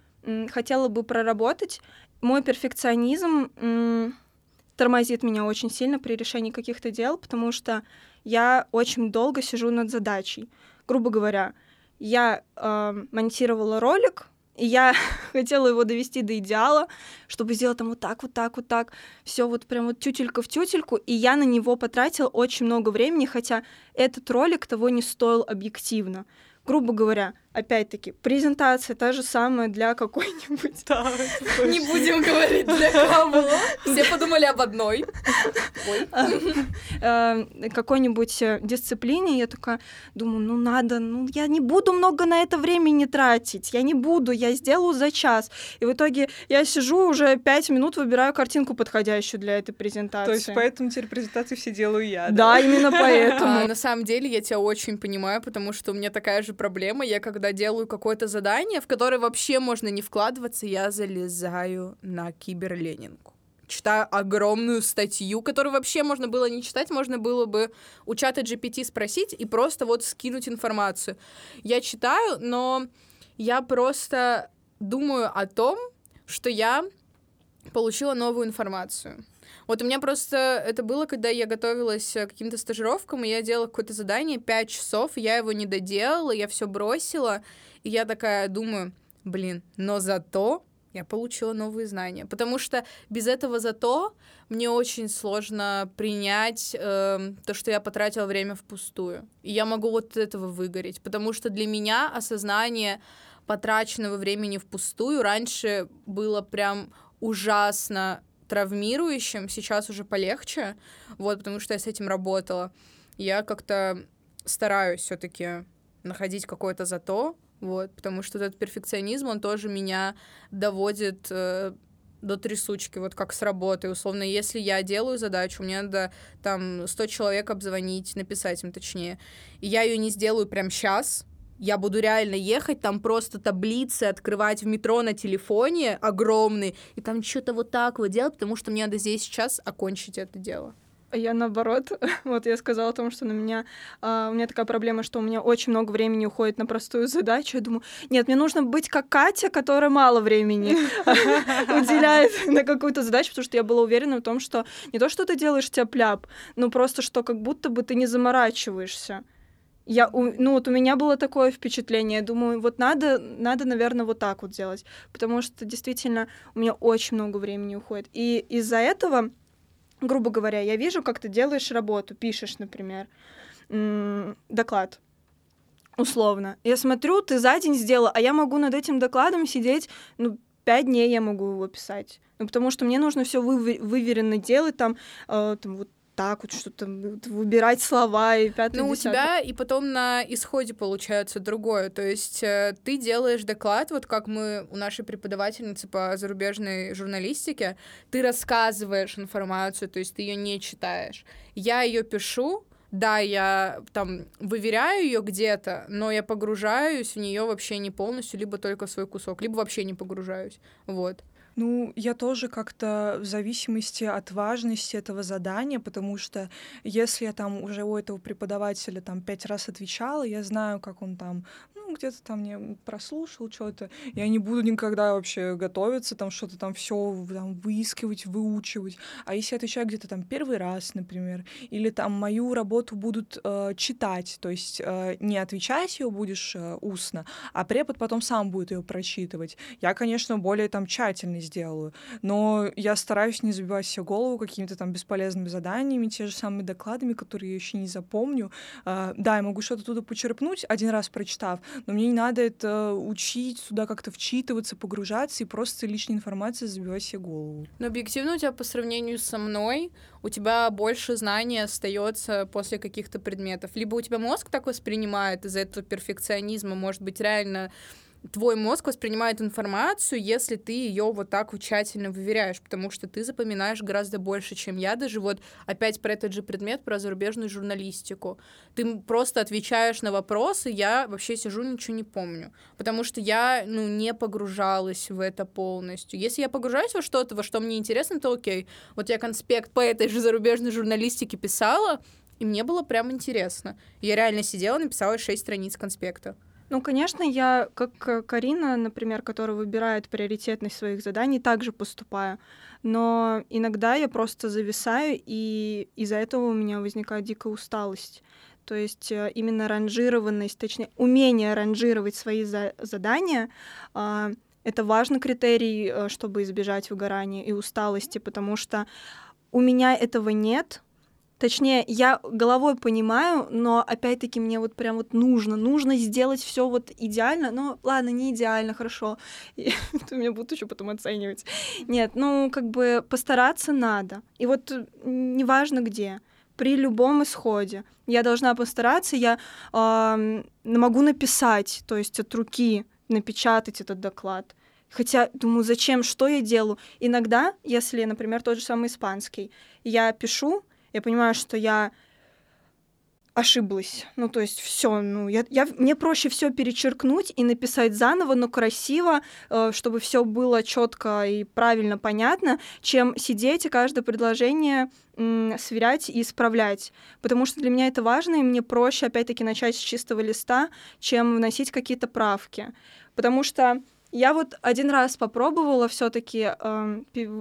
хотела бы проработать. Мой перфекционизм м, тормозит меня очень сильно при решении каких-то дел, потому что я очень долго сижу над задачей. Грубо говоря, я э, монтировала ролик, и я хотела его довести до идеала, чтобы сделать там вот так, вот так, вот так, все вот прям вот тютелька в тютельку, и я на него потратила очень много времени, хотя этот ролик того не стоил объективно. Грубо говоря, опять-таки, презентация та же самая для какой-нибудь...
Да,
не будем говорить для кого. Все подумали об одной.
Какой-нибудь дисциплине. Я такая думаю, ну надо, ну я не буду много на это времени тратить. Я не буду, я сделаю за час. И в итоге я сижу уже пять минут, выбираю картинку, подходящую для этой презентации.
То есть поэтому теперь презентации все делаю я, да?
Да, именно поэтому.
На самом деле я тебя очень понимаю, потому что у меня такая же проблема. Я когда делаю какое-то задание, в которое вообще можно не вкладываться, я залезаю на киберленинку. читаю огромную статью, которую вообще можно было не читать, можно было бы у чата джи пи ти спросить и просто вот скинуть информацию. Я читаю, но я просто думаю о том, что я получила новую информацию. Вот у меня просто это было, когда я готовилась к каким-то стажировкам, и я делала какое-то задание пять часов, и я его не доделала, я все бросила, и я такая думаю, блин, но зато я получила новые знания, потому что без этого зато мне очень сложно принять э, то, что я потратила время впустую, и я могу вот от этого выгореть, потому что для меня осознание потраченного времени впустую раньше было прям ужасно травмирующим, сейчас уже полегче, вот, потому что я с этим работала. Я как-то стараюсь все-таки находить какое-то зато, вот, потому что этот перфекционизм, он тоже меня доводит э, до трясучки, вот как с работой, условно, если я делаю задачу, мне надо там сто человек обзвонить, написать им точнее, и я ее не сделаю прямо сейчас, я буду реально ехать, там просто таблицы открывать в метро на телефоне огромные, и там что-то вот так вот делать, потому что мне надо здесь сейчас окончить это дело.
Я наоборот, вот я сказала о том, что на меня, а, у меня такая проблема, что у меня очень много времени уходит на простую задачу. Я думаю, нет, мне нужно быть как Катя, которая мало времени уделяет на какую-то задачу, потому что я была уверена в том, что не то, что ты делаешь тяп-ляп, но просто что как будто бы ты не заморачиваешься. Я, ну вот у меня было такое впечатление, я думаю, вот надо, надо, наверное, вот так вот делать, потому что действительно у меня очень много времени уходит. И из-за этого, грубо говоря, я вижу, как ты делаешь работу, пишешь, например, доклад, условно. Я смотрю, ты за день сделала, а я могу над этим докладом сидеть, ну, пять дней я могу его писать. Ну, потому что мне нужно все выверенно делать, там, э, там вот так вот что-то выбирать слова и пятое,
Ну, у
десятое.
тебя и потом на исходе получается другое. То есть э, ты делаешь доклад, вот как мы у нашей преподавательницы по зарубежной журналистике, ты рассказываешь информацию, то есть ты ее не читаешь. Я ее пишу, да, я там выверяю ее где-то, но я погружаюсь в нее вообще не полностью, либо только в свой кусок, либо вообще не погружаюсь. Вот.
Ну, я тоже как-то в зависимости от важности этого задания, потому что если я там уже у этого преподавателя там пять раз отвечала, я знаю, как он там, ну, где-то там мне прослушал что-то, я не буду никогда вообще готовиться, там что-то там все там, выискивать, выучивать. А если я отвечаю где-то там первый раз, например, или там мою работу будут э, читать, то есть э, не отвечать ее будешь э, устно, а препод потом сам будет ее прочитывать. Я, конечно, более там тщательно сделаю, но я стараюсь не забивать себе голову какими-то там бесполезными заданиями, те же самыми докладами, которые я еще не запомню. Uh, да, я могу что-то туда почерпнуть, один раз прочитав, но мне не надо это учить, сюда как-то вчитываться, погружаться и просто лишней информацией забивать себе голову.
Но объективно у тебя по сравнению со мной, у тебя больше знаний остается после каких-то предметов. Либо у тебя мозг так воспринимает из-за этого перфекционизма, может быть, реально твой мозг воспринимает информацию, если ты ее вот так вот тщательно выверяешь, потому что ты запоминаешь гораздо больше, чем я. Даже вот опять про этот же предмет, про зарубежную журналистику. Ты просто отвечаешь на вопросы, я вообще сижу, ничего не помню, потому что я, ну, не погружалась в это полностью. Если я погружаюсь во что-то, во что мне интересно, то окей. Вот я конспект по этой же зарубежной журналистике писала, и мне было прям интересно. Я реально сидела, написала шесть страниц конспекта.
Ну, конечно, я, как Карина, например, которая выбирает приоритетность своих заданий, также поступаю. Но иногда я просто зависаю, и из-за этого у меня возникает дикая усталость. То есть именно ранжированность, точнее, умение ранжировать свои за- задания — это важный критерий, чтобы избежать выгорания и усталости, потому что у меня этого нет. Точнее, я головой понимаю, но опять-таки мне вот прям вот нужно, нужно сделать все вот идеально. Но ладно, не идеально, хорошо. Ты меня будут еще потом оценивать. Нет, ну как бы постараться надо. И вот неважно где, при любом исходе я должна постараться, я э, могу написать, то есть от руки напечатать этот доклад. Хотя, думаю, зачем, что я делаю? Иногда, если, например, тот же самый испанский, я пишу, я понимаю, что я ошиблась. Ну, то есть все, ну, я, я, мне проще все перечеркнуть и написать заново, но красиво, э, чтобы все было четко и правильно понятно, чем сидеть и каждое предложение м, сверять и исправлять. Потому что для меня это важно, и мне проще, опять-таки, начать с чистого листа, чем вносить какие-то правки. Потому что я вот один раз попробовала все-таки э,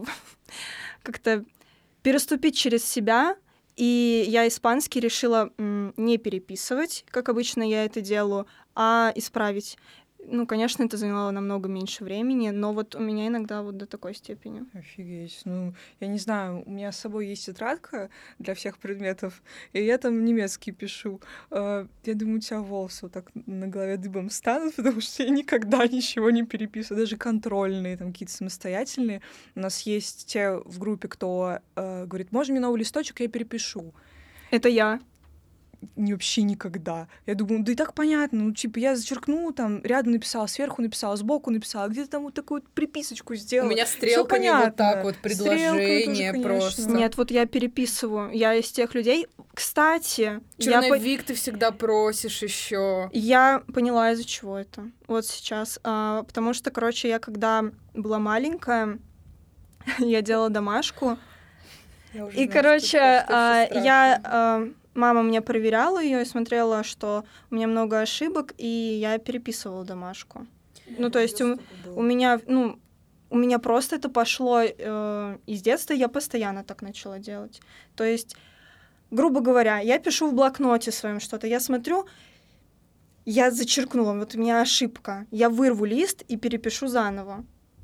как-то переступить через себя. И я испанский решила м, не переписывать, как обычно я это делаю, а исправить. Ну, конечно, это заняло намного меньше времени, но вот у меня иногда вот до такой степени.
Офигеть. Ну, я не знаю, у меня с собой есть тетрадка для всех предметов, и я там немецкий пишу. Я думаю, у тебя волосы вот так на голове дыбом станут, потому что я никогда ничего не переписываю, даже контрольные, там какие-то самостоятельные. У нас есть те в группе, кто э, говорит, можно мне новый листочек, я перепишу.
Это я.
Не, вообще никогда. Я думаю, да и так понятно, ну, типа, я зачеркнула, там, рядом написала, сверху написала, сбоку написала, где-то там вот такую вот приписочку сделала.
У меня стрелками вот так вот предложение тоже, просто.
Нет, вот я переписываю. Я из тех людей. Кстати,
черновик я... ты всегда просишь еще.
Я поняла, из-за чего это. Вот сейчас. А, потому что, короче, я когда была маленькая, я делала домашку. Я и, знаю, короче, что, что, а, что я... А, мама мне проверяла ее и смотрела, что у меня много ошибок, и я переписывала домашку. Я ну, то есть у, у меня, ну, у меня просто это пошло э, из детства, я постоянно так начала делать. То есть, грубо говоря, я пишу в блокноте своем что-то, я смотрю, я зачеркнула, вот у меня ошибка, я вырву лист и перепишу заново.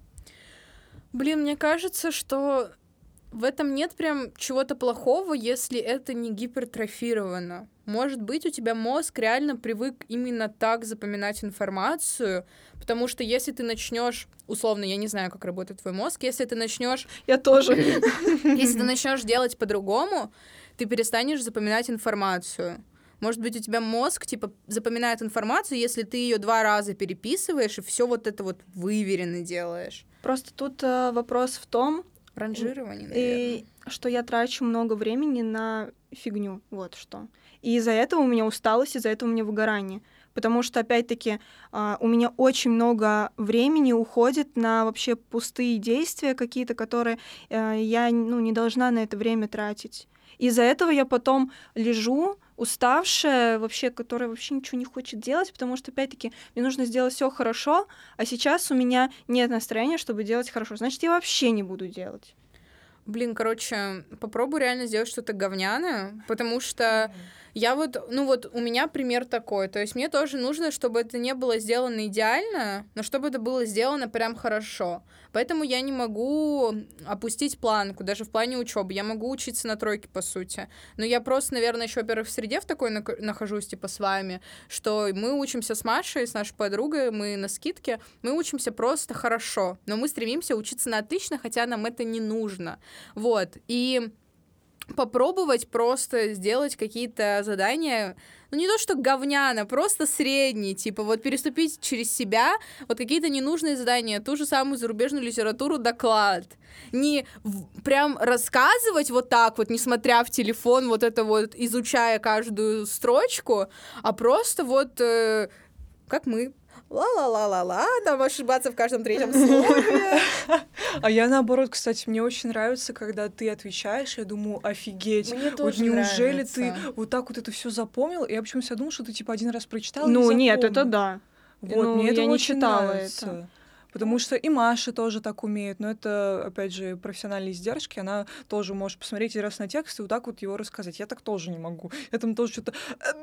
Блин, мне кажется, что в этом нет прям чего-то плохого, если это не гипертрофировано. Может быть, у тебя мозг реально привык именно так запоминать информацию, потому что если ты начнешь, условно, я не знаю, как работает твой мозг, если ты начнешь,
я тоже,
если ты начнешь делать по-другому, ты перестанешь запоминать информацию. Может быть, у тебя мозг типа запоминает информацию, если ты ее два раза переписываешь и все вот это вот выверенно делаешь.
Просто тут э, вопрос в том,
ранжирование, наверное.
И что я трачу много времени на фигню, вот что. И из-за этого у меня усталость, из-за этого у меня выгорание. Потому что, опять-таки, у меня очень много времени уходит на вообще пустые действия какие-то, которые я, ну, не должна на это время тратить. Из-за этого я потом лежу, уставшая, вообще, которая вообще ничего не хочет делать, потому что, опять-таки, мне нужно сделать все хорошо, а сейчас у меня нет настроения, чтобы делать хорошо. Значит, я вообще не буду делать.
Блин, короче, попробуй реально сделать что-то говняное, потому что mm-hmm. я вот, ну вот у меня пример такой, то есть мне тоже нужно, чтобы это не было сделано идеально, но чтобы это было сделано прям хорошо. Поэтому я не могу опустить планку, даже в плане учебы. Я могу учиться на тройке, по сути. Но я просто, наверное, еще, во-первых, в среде в такой нахожусь, типа, с вами, что мы учимся с Машей, с нашей подругой, мы на скидке, мы учимся просто хорошо, но мы стремимся учиться на отлично, хотя нам это не нужно. Вот, и попробовать просто сделать какие-то задания, ну не то что говняно, просто средние, типа вот переступить через себя, вот какие-то ненужные задания, ту же самую зарубежную литературу доклад. Не в, прям рассказывать вот так вот, несмотря в телефон, вот это вот, изучая каждую строчку, а просто вот э, как мы. Ла-ла-ла-ла-ла, там ошибаться в каждом третьем слове.
А я наоборот, кстати, мне очень нравится, когда ты отвечаешь, я думаю, офигеть,
мне тоже
вот неужели
нравится.
Ты вот так вот это все запомнил? Я почему-то всегда думала, что ты типа один раз прочитала.
Ну
и
нет, это да.
Вот,
ну,
мне это
я не
очень
читала
нравится.
Это.
Потому что и Маша тоже так умеет, но это, опять же, профессиональные издержки, она тоже может посмотреть один раз на текст и вот так вот его рассказать. Я так тоже не могу. Я там тоже что-то...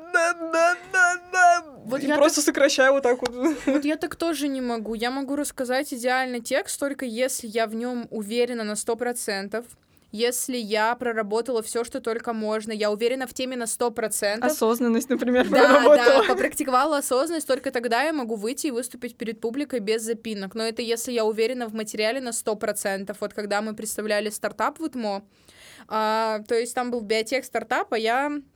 Вот и я просто так... сокращаю вот так вот.
Вот я так тоже не могу. Я могу рассказать идеальный текст, только если я в нем уверена на сто процентов. Если я проработала все, что только можно, я уверена в теме на сто процентов.
Осознанность, например,
да,
проработала.
Да, попрактиковала осознанность, только тогда я могу выйти и выступить перед публикой без запинок. Но это если я уверена в материале на сто процентов. Вот когда мы представляли стартап в ИТМО, а, то есть там был биотех стартапа, я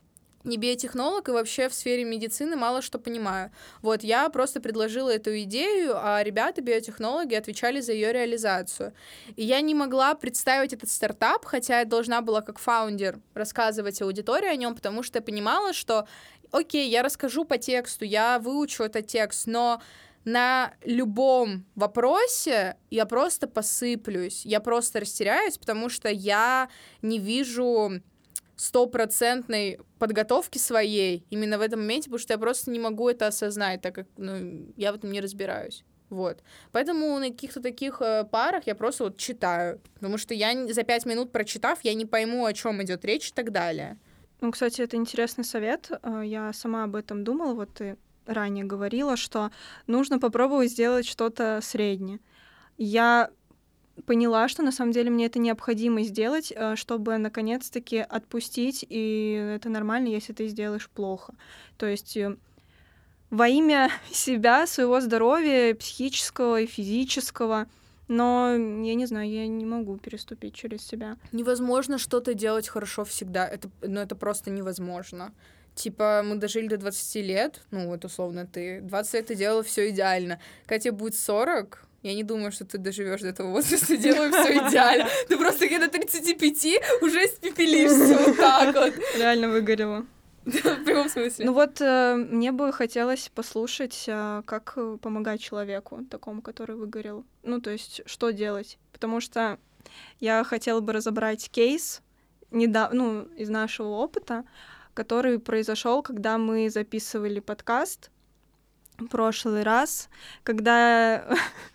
не биотехнолог и вообще в сфере медицины мало что понимаю. Вот, я просто предложила эту идею, а ребята, биотехнологи, отвечали за ее реализацию. И я не могла представить этот стартап, хотя я должна была как фаундер рассказывать аудитории о нем, потому что я понимала, что, окей, я расскажу по тексту, я выучу этот текст, но на любом вопросе я просто посыплюсь, я просто растеряюсь, потому что я не вижу стопроцентной подготовки своей именно в этом моменте, потому что я просто не могу это осознать, так как ну, я в этом не разбираюсь. Вот. Поэтому на каких-то таких э, парах я просто вот читаю, потому что я за пять минут прочитав, я не пойму, о чем идет речь и так далее.
Ну, кстати, это интересный совет. Я сама об этом думала, вот ты ранее говорила, что нужно попробовать сделать что-то среднее. Я поняла, что на самом деле мне это необходимо сделать, чтобы наконец-таки отпустить, и это нормально, если ты сделаешь плохо. То есть во имя себя, своего здоровья, психического и физического, но я не знаю, я не могу переступить через себя.
Невозможно что-то делать хорошо всегда, это, ну, это просто невозможно. Типа, мы дожили до двадцати лет, ну, вот условно ты, двадцать лет ты делала все идеально. Когда тебе будет сорок, я не думаю, что ты доживешь до этого возраста, делая все идеально. Ты просто где-то тридцати пяти уже испепелишься вот так вот.
Реально выгорела.
В прямом смысле.
Ну вот э, мне бы хотелось послушать, э, как помогать человеку такому, который выгорел. Ну, то есть, что делать. Потому что я хотела бы разобрать кейс недав... ну, из нашего опыта, который произошел, когда мы записывали подкаст в прошлый раз, когда...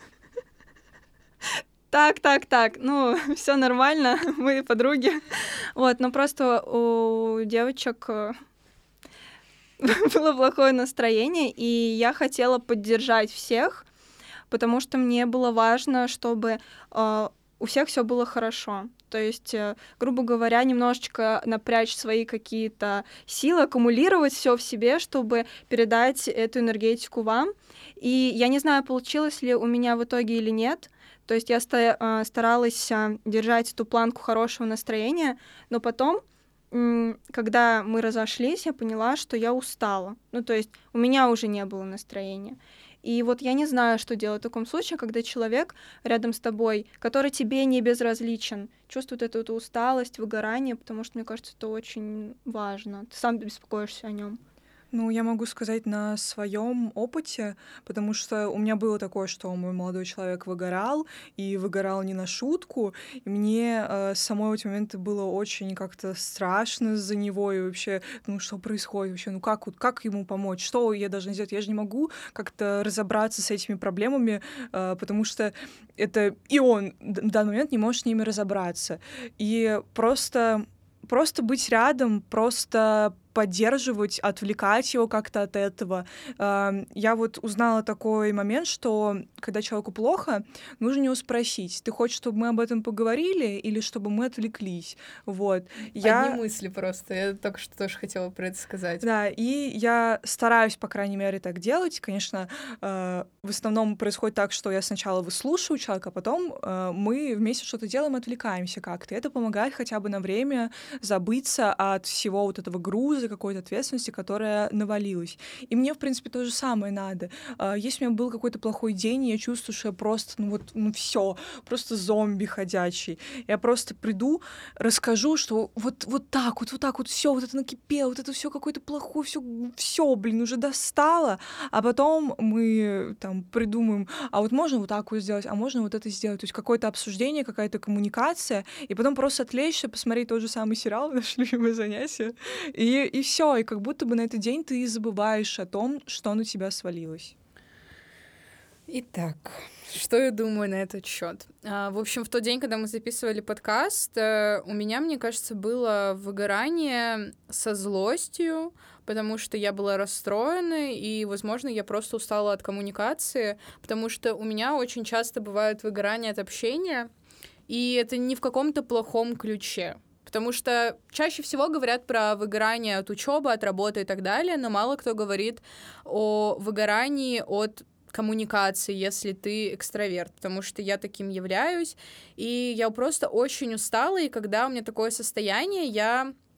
Так, так, так, ну, все нормально, мы подруги. Вот, но просто у девочек было плохое настроение, и я хотела поддержать всех, потому что мне было важно, чтобы э, у всех все было хорошо. То есть, э, грубо говоря, немножечко напрячь свои какие-то силы, аккумулировать все в себе, чтобы передать эту энергетику вам. И я не знаю, получилось ли у меня в итоге или нет. То есть я ста- э, старалась э, держать эту планку хорошего настроения, но потом, когда мы разошлись, я поняла, что я устала. Ну, то есть у меня уже не было настроения. И вот я не знаю, что делать в таком случае, когда человек рядом с тобой, который тебе не безразличен, чувствует эту, эту усталость, выгорание, потому что, мне кажется, это очень важно. Ты сам беспокоишься о нем.
Ну, я могу сказать на своем опыте, потому что у меня было такое, что мой молодой человек выгорал, и выгорал не на шутку, и мне э, самой в эти моменты было очень как-то страшно за него, и вообще, ну, что происходит вообще, ну, как, вот, как ему помочь, что я должна сделать, я же не могу как-то разобраться с этими проблемами, э, потому что это и он в данный момент не может с ними разобраться, и просто, просто быть рядом, просто поддерживать, отвлекать его как-то от этого. Я вот узнала такой момент, что когда человеку плохо, нужно его спросить, ты хочешь, чтобы мы об этом поговорили или чтобы мы отвлеклись? Вот. Я...
Одни мысли просто. Я только что тоже хотела про это сказать.
Да, и я стараюсь, по крайней мере, так делать. Конечно, в основном происходит так, что я сначала выслушиваю человека, а потом мы вместе что-то делаем, отвлекаемся как-то. Это помогает хотя бы на время забыться от всего вот этого груза, какой-то ответственности, которая навалилась. И мне, в принципе, то же самое надо. Если у меня был какой-то плохой день, я чувствую, что я просто, ну вот, ну все, просто зомби ходячий. Я просто приду, расскажу, что вот, вот так вот, вот так вот все, вот это накипело, вот это все какое-то плохое, все, все, блин, уже достало. А потом мы там придумаем, а вот можно вот так вот сделать, а можно вот это сделать. То есть какое-то обсуждение, какая-то коммуникация, и потом просто отвлечься, посмотреть тот же самый сериал, наше любимое занятие, и И все, и как будто бы на этот день ты забываешь о том, что на тебя свалилось.
Итак, что я думаю на этот счет? А, в общем, в тот день, когда мы записывали подкаст, у меня, мне кажется, было выгорание со злостью, потому что я была расстроена, и, возможно, я просто устала от коммуникации, потому что у меня очень часто бывает выгорание от общения, и это не в каком-то плохом ключе. Потому что чаще всего говорят про выгорание от учебы, от работы и так далее, но мало кто говорит о выгорании от коммуникации, если ты экстраверт, потому что я таким являюсь, и я просто очень устала, и когда у меня такое состояние, я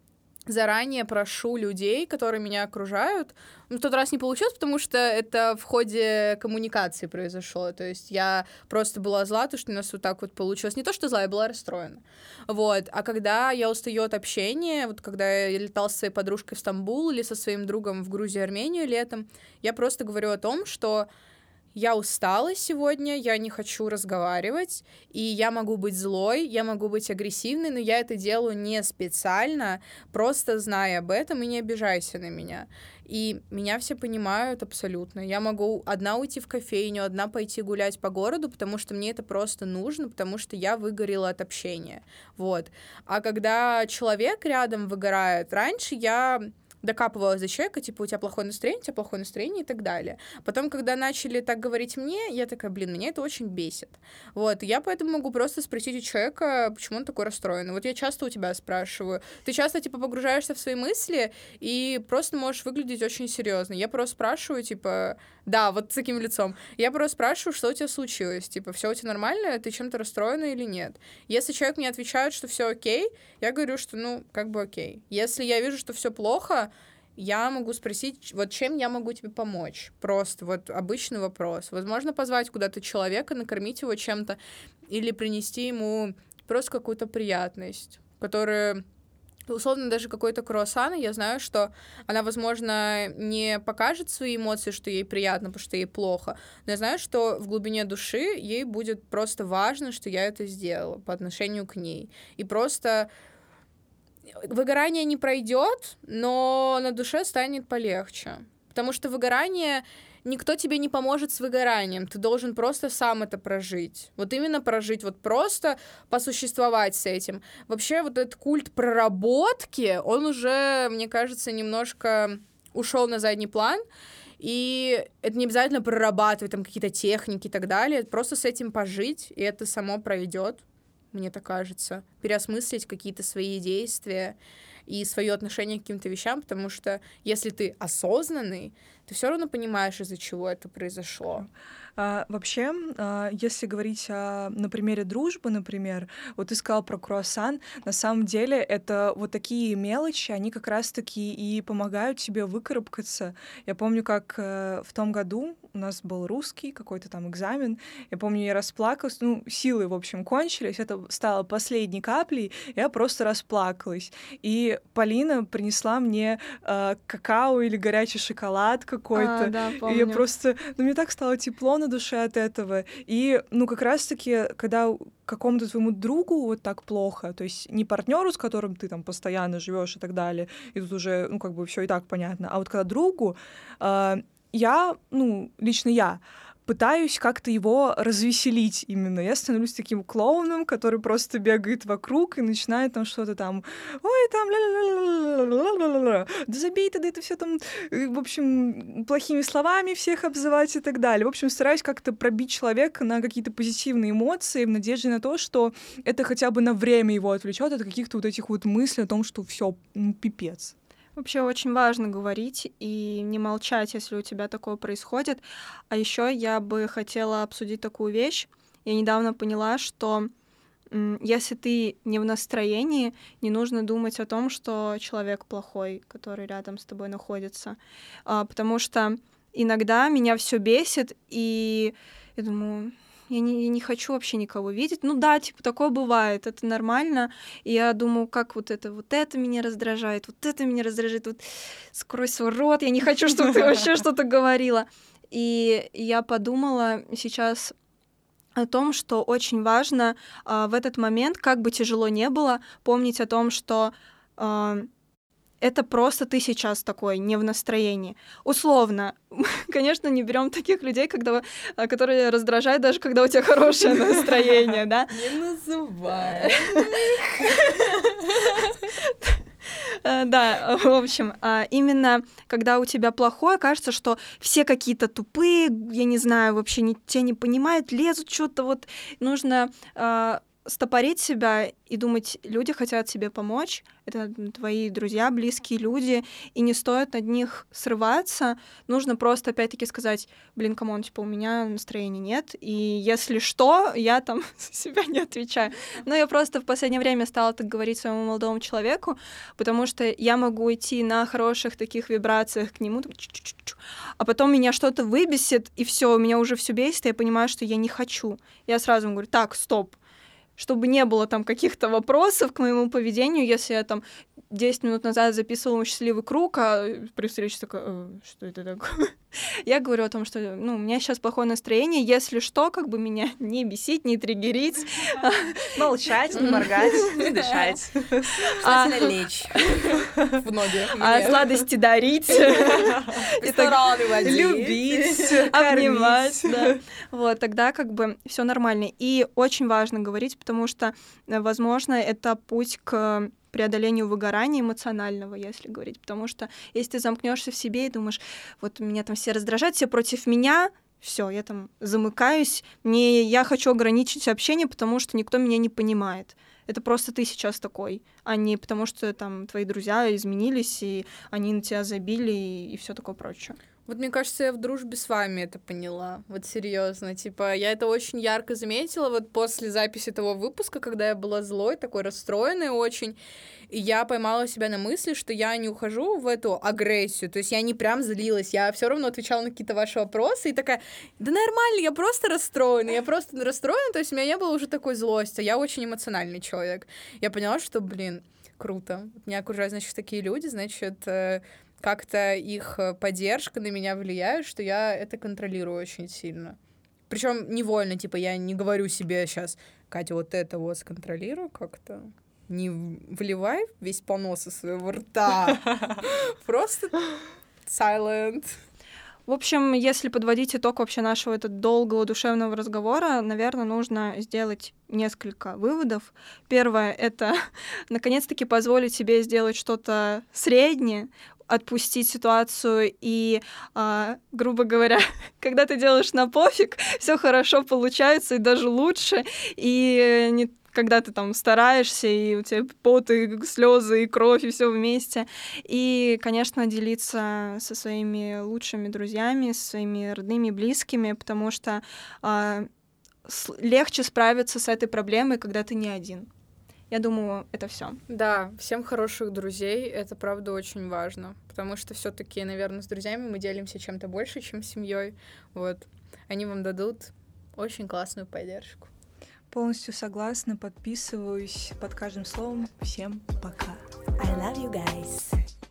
заранее прошу людей, которые меня окружают. Ну, в тот раз не получилось, потому что это в ходе коммуникации произошло. То есть я просто была зла, то, что у нас вот так вот получилось. Не то, что зла, я была расстроена. Вот. А когда я устаю от общения, вот когда я летала со своей подружкой в Стамбул или со своим другом в Грузию и Армению летом, я просто говорю о том, что я устала сегодня, я не хочу разговаривать, и я могу быть злой, я могу быть агрессивной, но я это делаю не специально, просто зная об этом и не обижайся на меня. И меня все понимают абсолютно. Я могу одна уйти в кофейню, одна пойти гулять по городу, потому что мне это просто нужно, потому что я выгорела от общения. Вот. А когда человек рядом выгорает, раньше я докапывалась до человека, типа, у тебя плохое настроение, у тебя плохое настроение и так далее. Потом, когда начали так говорить мне, я такая, блин, меня это очень бесит. Вот, я поэтому могу просто спросить у человека, почему он такой расстроенный. Вот я часто у тебя спрашиваю. Ты часто, типа, погружаешься в свои мысли и просто можешь выглядеть очень серьезно. Я просто спрашиваю, типа, да, вот с таким лицом. Я просто спрашиваю, что у тебя случилось. Типа, все у тебя нормально, ты чем-то расстроена или нет? Если человек мне отвечает, что все окей, я говорю, что, ну, как бы окей. Если я вижу, что все плохо, я могу спросить, вот чем я могу тебе помочь? Просто вот обычный вопрос. Возможно, позвать куда-то человека, накормить его чем-то или принести ему просто какую-то приятность, которая... Условно, даже какой-то круассан, я знаю, что она, возможно, не покажет свои эмоции, что ей приятно, потому что ей плохо, но я знаю, что в глубине души ей будет просто важно, что я это сделала по отношению к ней. И просто выгорание не пройдет, но на душе станет полегче. Потому что выгорание... Никто тебе не поможет с выгоранием, ты должен просто сам это прожить. Вот именно прожить, вот просто посуществовать с этим. Вообще вот этот культ проработки, он уже, мне кажется, немножко ушел на задний план, и это не обязательно прорабатывать там какие-то техники и так далее, просто с этим пожить, и это само пройдет, мне так кажется. Переосмыслить какие-то свои действия и свое отношение к каким-то вещам, потому что если ты осознанный, ты все равно понимаешь, из-за чего это произошло.
А, вообще, а, если говорить о, на примере дружбы, например, вот ты сказал про круассан, на самом деле это вот такие мелочи, они как раз-таки и помогают тебе выкарабкаться. Я помню, как э, в том году у нас был русский какой-то там экзамен, я помню, я расплакалась, ну, силы, в общем, кончились, это стало последней каплей, я просто расплакалась. И Полина принесла мне э, какао или горячий шоколад какой-то,
А, да,
и я просто, ну, мне так стало тепло на душе от этого. И, ну, как раз-таки, когда какому-то твоему другу вот так плохо, то есть не партнеру, с которым ты там постоянно живешь и так далее, и тут уже, ну, как бы все и так понятно, а вот когда другу, э, я, ну, лично я, пытаюсь как-то его развеселить именно. Я становлюсь таким клоуном, который просто бегает вокруг и начинает там что-то там, ой, там, ла-ла-ла-ла-ла-ла-ла-ла, да забей ты, да это все там, в общем, плохими словами всех обзывать и так далее. В общем, стараюсь как-то пробить человека на какие-то позитивные эмоции в надежде на то, что это хотя бы на время его отвлечет от каких-то вот этих вот мыслей о том, что все, ну, пипец.
Вообще очень важно говорить и не молчать, если у тебя такое происходит. А еще я бы хотела обсудить такую вещь. Я недавно поняла, что м, если ты не в настроении, не нужно думать о том, что человек плохой, который рядом с тобой находится. А, потому что иногда меня все бесит, и я думаю... Я не, я не хочу вообще никого видеть. Ну да, типа, такое бывает, это нормально. И я думаю, как вот это, вот это меня раздражает, вот это меня раздражает, вот скрой свой рот, я не хочу, чтобы ты вообще что-то говорила. И я подумала сейчас о том, что очень важно а, в этот момент, как бы тяжело не было, помнить о том, что... А, это просто ты сейчас такой, не в настроении. Условно. Конечно, не берем таких людей, когда, которые раздражают, даже когда у тебя хорошее настроение, да?
Не называй.
Да, в общем, именно когда у тебя плохое, кажется, что все какие-то тупые, я не знаю, вообще тебя не понимают, лезут что-то, вот нужно стопорить себя и думать, люди хотят тебе помочь, это твои друзья, близкие люди, и не стоит над них срываться. Нужно просто, опять-таки, сказать, блин, камон, типа, у меня настроения нет, и если что, я там за себя не отвечаю. Но я просто в последнее время стала так говорить своему молодому человеку, потому что я могу идти на хороших таких вибрациях к нему, там, а потом меня что-то выбесит, и все, меня уже все бесит, и я понимаю, что я не хочу. Я сразу ему говорю, так, стоп, чтобы не было там каких-то вопросов к моему поведению, если я там десять минут назад записывала счастливый круг, а при встрече такая, э, что это такое? Я говорю о том, что ну, у меня сейчас плохое настроение, если что, как бы меня не бесить, не триггерить.
Молчать, не моргать, не дышать.
Желательно лечь в ноги.
А сладости дарить.
Рестораны водить.
Любить,
обнимать. Да. Вот, тогда как бы все нормально. И очень важно говорить, потому что, возможно, это путь к преодолению выгорания эмоционального, если говорить. Потому что если ты замкнешься в себе и думаешь, вот меня там все раздражают, все против меня, все, я там замыкаюсь, мне, я хочу ограничить общение, потому что никто меня не понимает. Это просто ты сейчас такой, а не потому что там твои друзья изменились, и они на тебя забили, и, и все такое прочее.
Вот мне кажется, я в дружбе с вами это поняла. Вот серьезно, типа, я это очень ярко заметила вот после записи того выпуска, когда я была злой, такой расстроенной очень, и я поймала себя на мысли, что я не ухожу в эту агрессию, то есть я не прям злилась, я все равно отвечала на какие-то ваши вопросы и такая, да нормально, я просто расстроена, я просто расстроена, то есть у меня не было уже такой злости, я очень эмоциональный человек. Я поняла, что, блин, круто. Меня окружают, значит, такие люди, значит, как-то их поддержка на меня влияет, что я это контролирую очень сильно. Причем невольно, типа, я не говорю себе сейчас, Катя, вот это вот сконтролируй как-то. Не вливай весь понос из своего рта. Просто silent.
В общем, если подводить итог вообще нашего этого долгого душевного разговора, наверное, нужно сделать несколько выводов. Первое — это наконец-таки позволить себе сделать что-то среднее, отпустить ситуацию и, а, грубо говоря, когда ты делаешь на пофиг, все хорошо получается и даже лучше, и не когда ты там стараешься, и у тебя пот, и слезы, и кровь, и все вместе. И, конечно, делиться со своими лучшими друзьями, со своими родными, близкими, потому что а, с- легче справиться с этой проблемой, когда ты не один. Я думаю, это все.
Да, всем хороших друзей, это правда очень важно, потому что все-таки, наверное, с друзьями мы делимся чем-то больше, чем с семьей. Вот. Они вам дадут очень классную поддержку.
Полностью согласна, подписываюсь под каждым словом. Всем пока.
I love you guys.